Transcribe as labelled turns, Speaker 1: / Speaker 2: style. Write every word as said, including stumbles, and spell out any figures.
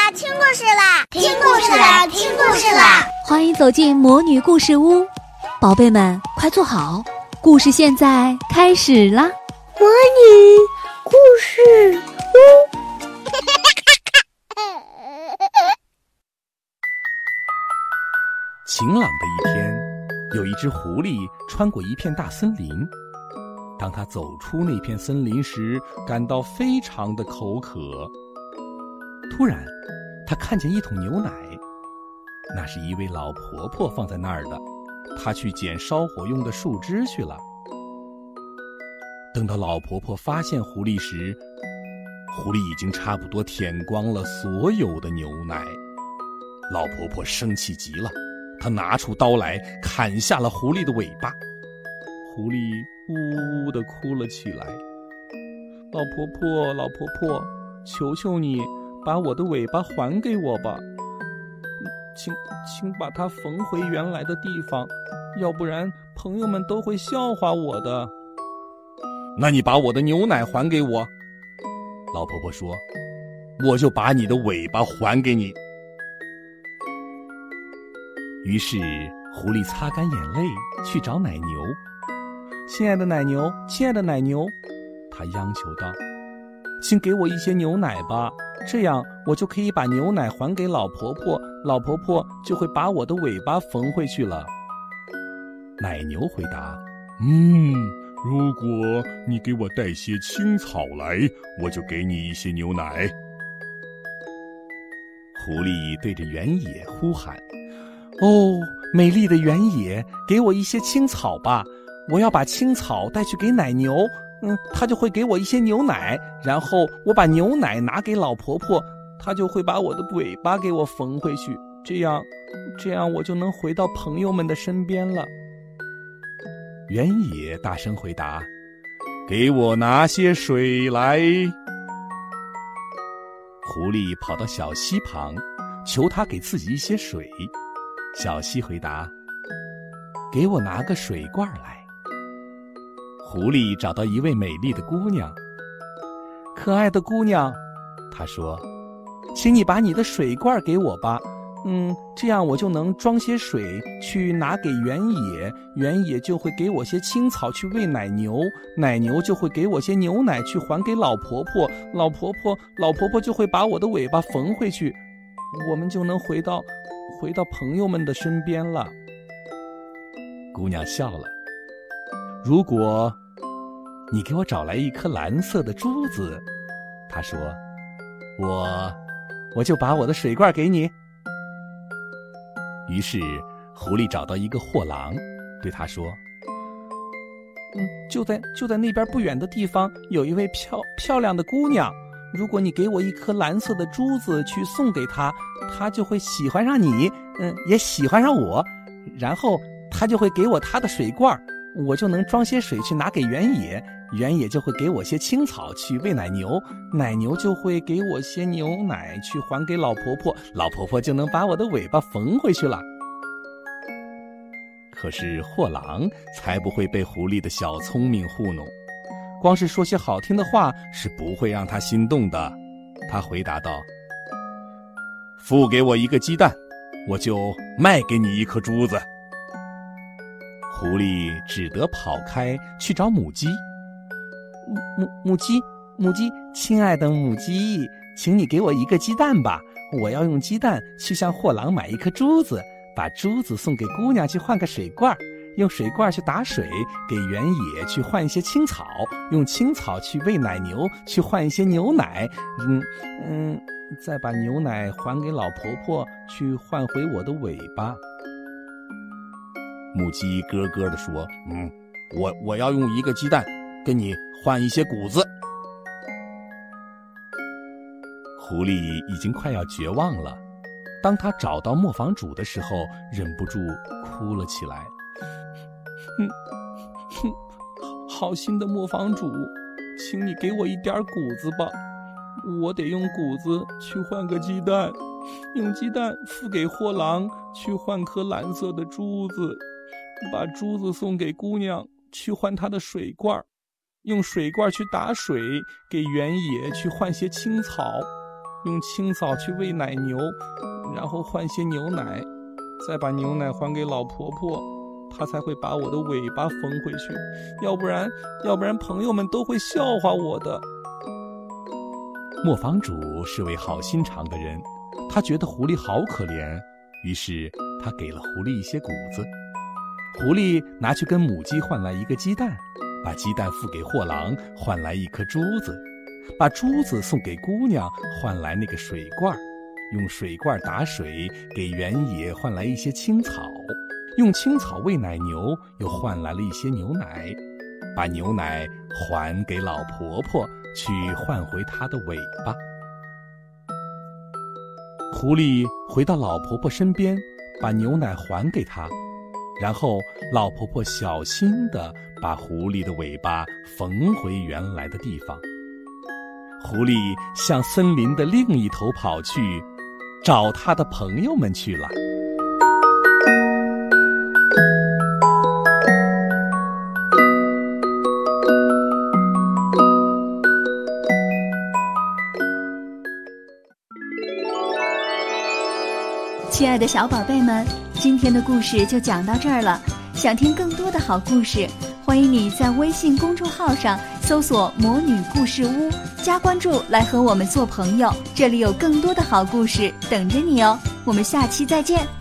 Speaker 1: 啦，听故事啦，听故事啦，听故事啦！
Speaker 2: 欢迎走进魔女故事屋，宝贝们快坐好，故事现在开始啦！
Speaker 3: 魔女故事屋。
Speaker 4: 晴朗的一天，有一只狐狸穿过一片大森林。当它走出那片森林时，感到非常的口渴。突然，它看见一桶牛奶，那是一位老婆婆放在那儿的。她去捡烧火用的树枝去了。等到老婆婆发现狐狸时，狐狸已经差不多舔光了所有的牛奶。老婆婆生气极了，她拿出刀来砍下了狐狸的尾巴。狐狸呜呜地哭了起来。老婆婆，老婆婆，求求你把我的尾巴还给我吧，请请把它缝回原来的地方，要不然朋友们都会笑话我的。那你把我的牛奶还给我。老婆婆说，我就把你的尾巴还给你。于是狐狸擦干眼泪去找奶牛。亲爱的奶牛，亲爱的奶牛，他央求道，请给我一些牛奶吧，这样我就可以把牛奶还给老婆婆，老婆婆就会把我的尾巴缝回去了。奶牛回答，嗯，如果你给我带些青草来，我就给你一些牛奶。狐狸对着原野呼喊，哦，美丽的原野，给我一些青草吧，我要把青草带去给奶牛，嗯，他就会给我一些牛奶，然后我把牛奶拿给老婆婆，她就会把我的尾巴给我缝回去，这样，这样我就能回到朋友们的身边了。原野大声回答，给我拿些水来。狐狸跑到小溪旁，求他给自己一些水。小溪回答，给我拿个水罐来。狐狸找到一位美丽的姑娘，可爱的姑娘，她说，请你把你的水罐给我吧，嗯，这样我就能装些水去拿给原野，原野就会给我些青草去喂奶牛，奶牛就会给我些牛奶去还给老婆婆，老婆婆老婆婆就会把我的尾巴缝回去，我们就能回到回到朋友们的身边了。姑娘笑了，如果你给我找来一颗蓝色的珠子，她说，我我就把我的水罐给你。于是狐狸找到一个货郎，对他说，嗯，就在就在那边不远的地方有一位漂漂亮的姑娘，如果你给我一颗蓝色的珠子去送给她，她就会喜欢上你，嗯，也喜欢上我，然后她就会给我她的水罐，我就能装些水去拿给原野，原野就会给我些青草去喂奶牛，奶牛就会给我些牛奶去还给老婆婆，老婆婆就能把我的尾巴缝回去了。可是货郎才不会被狐狸的小聪明糊弄，光是说些好听的话是不会让他心动的。他回答道，付给我一个鸡蛋，我就卖给你一颗珠子。狐狸只得跑开去找母鸡。母母鸡，母鸡，亲爱的母鸡，请你给我一个鸡蛋吧，我要用鸡蛋去向货郎买一颗珠子，把珠子送给姑娘去换个水罐，用水罐去打水，给原野去换一些青草，用青草去喂奶牛，去换一些牛奶，嗯嗯，再把牛奶还给老婆婆，去换回我的尾巴。母鸡咯咯地说，嗯，我我要用一个鸡蛋跟你换一些谷子。狐狸已经快要绝望了，当他找到磨坊主的时候，忍不住哭了起来。嗯哼，好心的磨坊主，请你给我一点谷子吧，我得用谷子去换个鸡蛋，用鸡蛋付给货郎去换颗蓝色的珠子，把珠子送给姑娘去换她的水罐，用水罐去打水，给原野去换些青草， 用青草去喂奶牛，然后换些牛奶，再把牛奶还给老婆婆，她才会把我的尾巴缝回去，要不然要不然朋友们都会笑话我的。磨坊主是位好心肠的人，他觉得狐狸好可怜，于是他给了狐狸一些谷子。狐狸拿去跟母鸡换来一个鸡蛋，把鸡蛋付给货郎换来一颗珠子，把珠子送给姑娘换来那个水罐，用水罐打水给原野换来一些青草，用青草喂奶牛又换来了一些牛奶，把牛奶还给老婆婆去换回她的尾巴。狐狸回到老婆婆身边，把牛奶还给她，然后老婆婆小心地把狐狸的尾巴缝回原来的地方。狐狸向森林的另一头跑去，找他的朋友们去了。
Speaker 2: 亲爱的小宝贝们，今天的故事就讲到这儿了。想听更多的好故事，欢迎你在微信公众号上搜索魔女故事屋，加关注来和我们做朋友，这里有更多的好故事等着你哦。我们下期再见。